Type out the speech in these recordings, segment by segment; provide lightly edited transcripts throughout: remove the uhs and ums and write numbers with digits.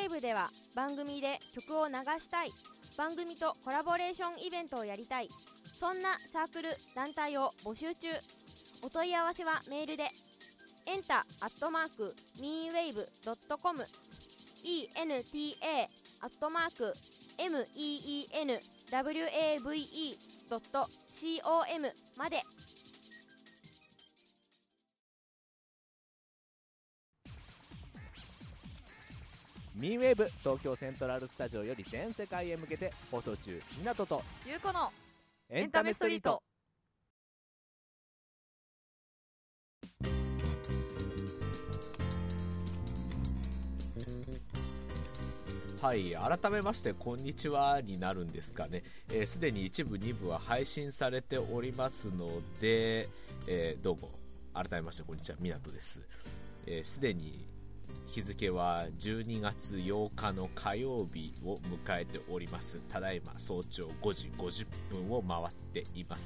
イブでは番組で曲を流したい、番組とコラボレーションイベントをやりたい、そんなサークル団体を募集中。お問い合わせはメールでenta@meenwave.com enta@meenwave.com まで。 ミンウェーブ東京セントラルスタジオより全世界へ向けて放送中、港とゆうこのエンタメストリート。はい、改めましてこんにちはになるんですかね。すでに1部2部は配信されておりますので、どうも改めましてこんにちは、港です。すでに日付は12月8日の火曜日を迎えております。ただいま早朝5時50分を回っています。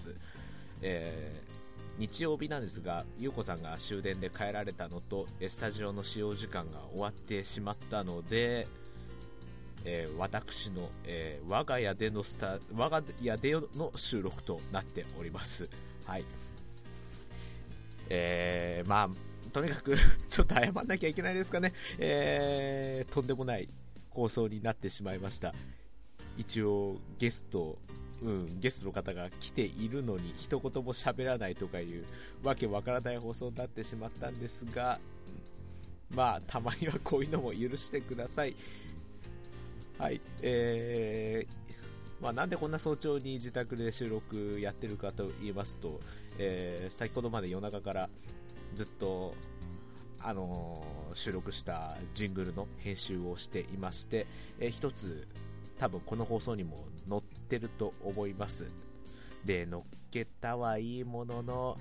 日曜日なんですが、ゆうこさんが終電で帰られたのとスタジオの使用時間が終わってしまったので、私の、我が家での収録となっております。はい。まあとにかくちょっと謝んなきゃいけないですかね。とんでもない放送になってしまいました。一応ゲストの方が来ているのに一言も喋らないとかいうわけわからない放送になってしまったんですが、まあたまにはこういうのも許してください。はい。まあ、なんでこんな早朝に自宅で収録やってるかと言いますと、先ほどまで夜中からずっと、収録したジングルの編集をしていまして、一つ多分この放送にも載ってると思います。で、載っけたはいいものの、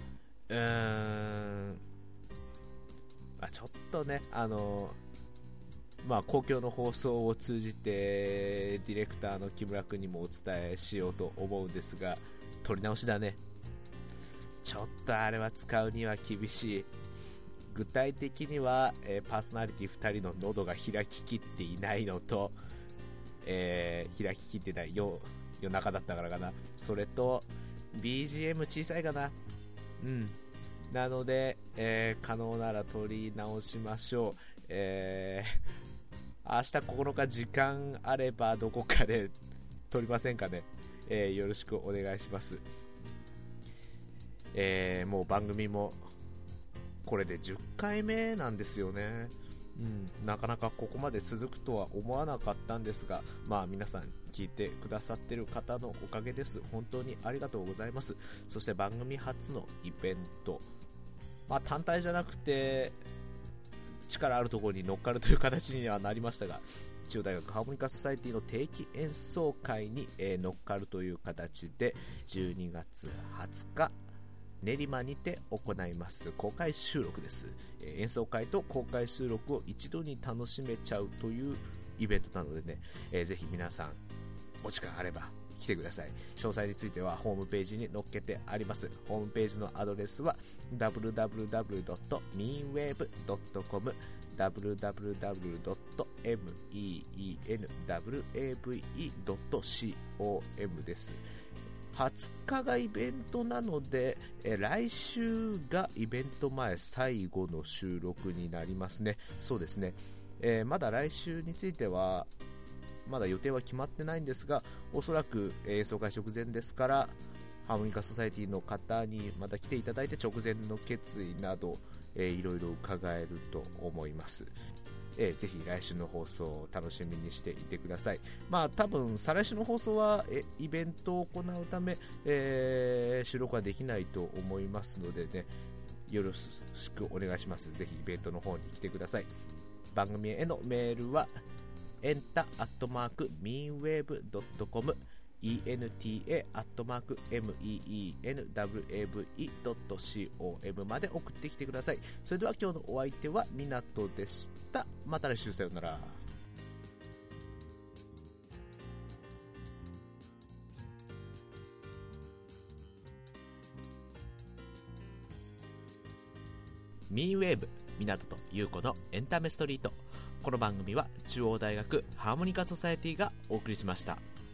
まあ、ちょっとね、まあ、公共の放送を通じてディレクターの木村君にもお伝えしようと思うんですが、撮り直しだね。ちょっとあれは使うには厳しい。具体的には、パーソナリティ2人の喉が開ききっていないのと、開ききってない夜中だったからかな。それと BGM 小さいかな。なので、可能なら撮り直しましょう。明日9日時間あればどこかで撮りませんかね。よろしくお願いします。もう番組もこれで10回目なんですよね。なかなかここまで続くとは思わなかったんですが、まあ皆さん聞いてくださってる方のおかげです。本当にありがとうございます。そして番組初のイベント、まあ単体じゃなくて力あるところに乗っかるという形にはなりましたが、中央大学ハーモニカソサエティの定期演奏会に、乗っかるという形で12月20日練馬にて行います公開収録です。演奏会と公開収録を一度に楽しめちゃうというイベントなのでね、ぜひ皆さんお時間あれば来てください。詳細についてはホームページに載っけてあります。ホームページのアドレスは www.meenwave.com www.meenwave.com です。20日がイベントなので、来週がイベント前最後の収録になりますね。そうですね。まだ来週についてはまだ予定は決まってないんですが、おそらく演奏会直前ですから、ハーモニカソサエティの方にまた来ていただいて直前の決意など、いろいろ伺えると思います。ぜひ来週の放送を楽しみにしていてください。まあ多分再来週の放送はイベントを行うため、収録はできないと思いますのでね、よろしくお願いします。ぜひイベントの方に来てください。番組へのメールはenta@meenwave.com enta@meenwave.com まで送ってきてください。それでは今日のお相手は港でした。また来週、さようなら。ミーンウェーブ、港と優子のエンタメストリート。 この番組は中央大学ハーモニカソサエティがお送りしました。